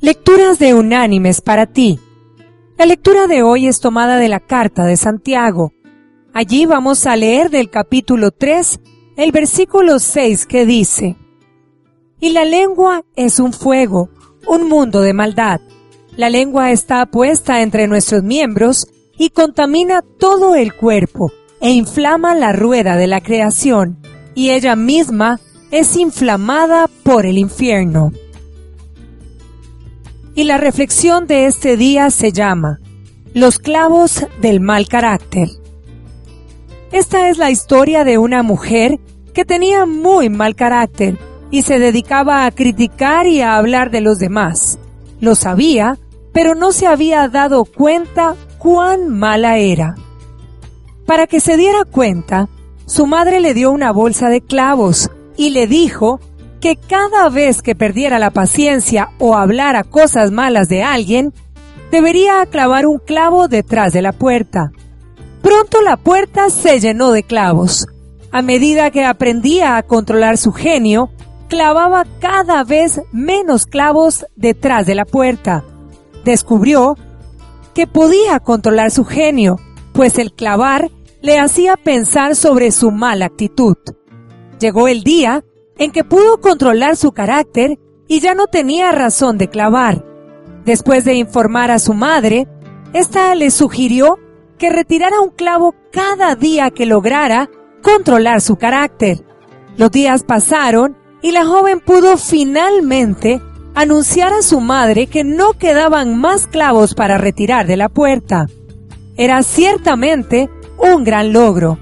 Lecturas de Unánimes para ti. La lectura de hoy es tomada de la Carta de Santiago. Allí vamos a leer del capítulo 3, el versículo 6 que dice: Y la lengua es un fuego, un mundo de maldad. La lengua está puesta entre nuestros miembros y contamina todo el cuerpo e inflama la rueda de la creación, y ella misma es inflamada por el infierno. Y la reflexión de este día se llama Los clavos del mal carácter. Esta es la historia de una mujer que tenía muy mal carácter y se dedicaba a criticar y a hablar de los demás. Lo sabía, pero no se había dado cuenta cuán mala era. Para que se diera cuenta, su madre le dio una bolsa de clavos y le dijo que cada vez que perdiera la paciencia o hablara cosas malas de alguien, debería clavar un clavo detrás de la puerta. Pronto la puerta se llenó de clavos. A medida que aprendía a controlar su genio, clavaba cada vez menos clavos detrás de la puerta. Descubrió que podía controlar su genio, pues el clavar le hacía pensar sobre su mala actitud. Llegó el día en que pudo controlar su carácter y ya no tenía razón de clavar. Después de informar a su madre, ésta le sugirió que retirara un clavo cada día que lograra controlar su carácter. Los días pasaron y la joven pudo finalmente anunciar a su madre que no quedaban más clavos para retirar de la puerta. Era ciertamente un gran logro.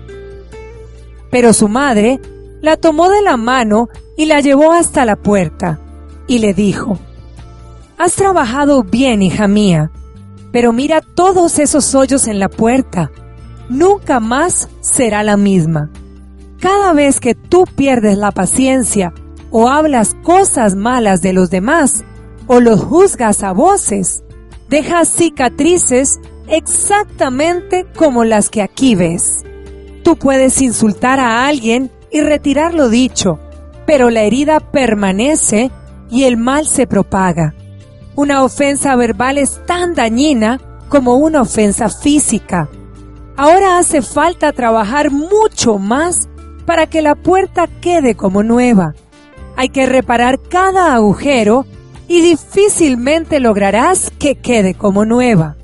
Pero su madre la tomó de la mano y la llevó hasta la puerta, y le dijo: «Has trabajado bien, hija mía, pero mira todos esos hoyos en la puerta. Nunca más será la misma. Cada vez que tú pierdes la paciencia o hablas cosas malas de los demás o los juzgas a voces, dejas cicatrices exactamente como las que aquí ves. Tú puedes insultar a alguien y retirar lo dicho, pero la herida permanece y el mal se propaga. Una ofensa verbal es tan dañina como una ofensa física. Ahora hace falta trabajar mucho más para que la puerta quede como nueva. Hay que reparar cada agujero y difícilmente lograrás que quede como nueva».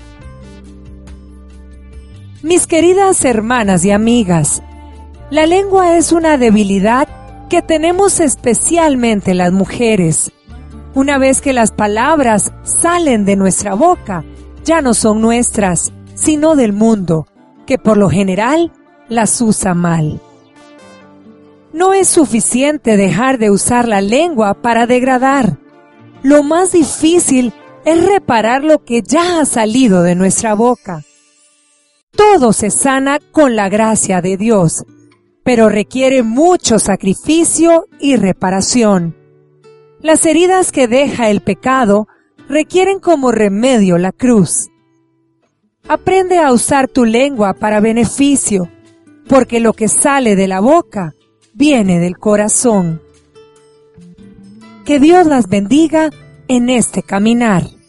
Mis queridas hermanas y amigas, la lengua es una debilidad que tenemos especialmente las mujeres. Una vez que las palabras salen de nuestra boca, ya no son nuestras, sino del mundo, que por lo general las usa mal. No es suficiente dejar de usar la lengua para degradar. Lo más difícil es reparar lo que ya ha salido de nuestra boca. Todo se sana con la gracia de Dios, pero requiere mucho sacrificio y reparación. Las heridas que deja el pecado requieren como remedio la cruz. Aprende a usar tu lengua para beneficio, porque lo que sale de la boca viene del corazón. Que Dios las bendiga en este caminar.